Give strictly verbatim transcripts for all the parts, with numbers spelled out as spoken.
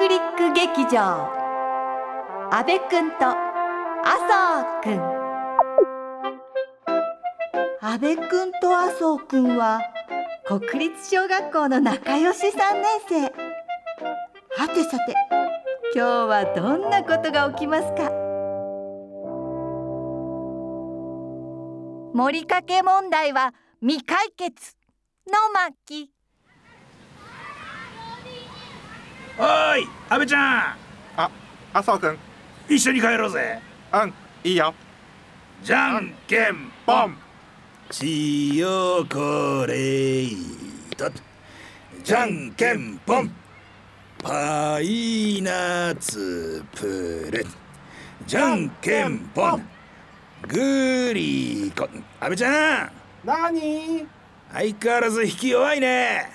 クリック劇場、阿部くんと麻生くん。阿部くんと麻生くんは国立小学校の仲良しさんねんせい。はてさて、今日はどんなことが起きますか。盛りかけ問題は未解決の巻。 おーい、阿部ちゃん。 あ、麻生くん。 一緒に帰ろうぜ。 うん、いいよ。 じゃんけんぽん。しよこれいと。じゃんけんぽん。パイナツプル。じゃんけんぽん。グリコ。阿部ちゃん。 なに？ 相変わらず引き弱いね。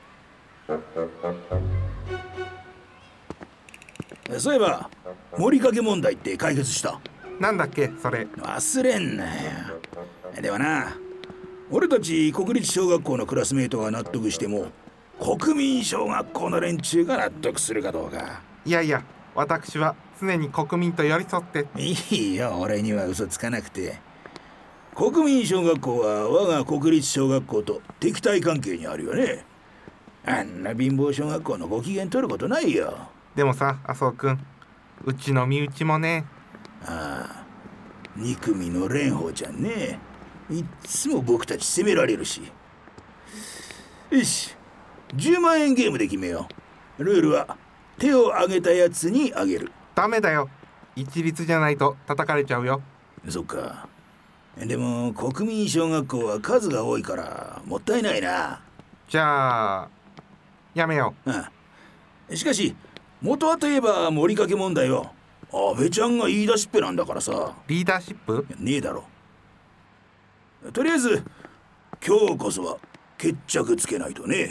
そういえば盛りかけ問題って解決した？ なんだっけそれ。 忘れんなよ。ではな、俺たち国立小学校のクラスメートが納得しても国民小学校の連中が納得するかどうか。 いやいや、私は常に国民と寄り添って。 いいよ、俺には嘘つかなくて。国民小学校は我が国立小学校と敵対関係にあるよね。あんな貧乏小学校のご機嫌取ることないよ。 でもさ、麻生くん、うちの身内もね。 ああ、に組の蓮舫ちゃんね。いっつも僕たち責められるし。よし、じゅうまんえんゲームで決めよう。ルールは手を挙げたやつにあげる。 ダメだよ、一律じゃないと叩かれちゃうよ。 そっか。でも国民小学校は数が多いからもったいないな。 じゃあやめよう。ああ、しかし元はといえば盛りかけ問題は阿部ちゃんが言い出しっぺなんだからさ。 リーダーシップ？ ねえだろ。とりあえず今日こそは決着つけないとね。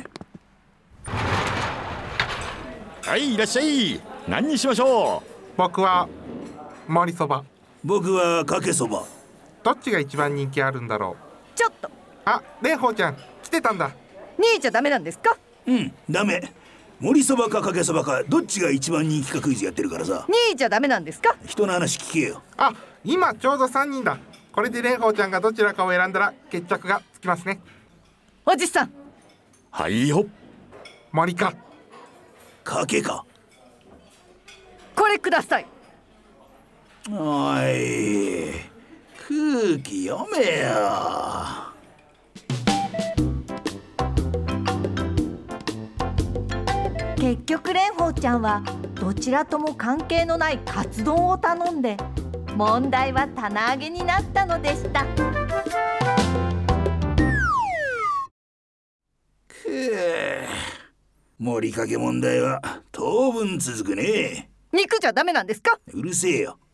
はい、いらっしゃい。何にしましょう？ 僕は盛りそば。 僕はかけそば。 どっちが一番人気あるんだろう。 ちょっと、 あ、蓮舫ちゃん来てたんだ。 にいじゃダメなんですか？ うん、ダメ。盛りそばかかけそばかどっちが一番人気かクイズやってるからさ。 にいじゃダメなんですか？ 人の話聞けよ。 あ、今ちょうどさんにんだ。これで蓮舫ちゃんがどちらかを選んだら決着がつきますね。 おじさん。 はいよ。 盛りかかけか。 これください。 おい、空気読めよ。 結局蓮舫ちゃんはどちらとも関係のないカツ丼を頼んで問題は棚上げになったのでした。 くぅ、盛りかけ問題は当分続くね。 肉じゃダメなんですか？ うるせえよ。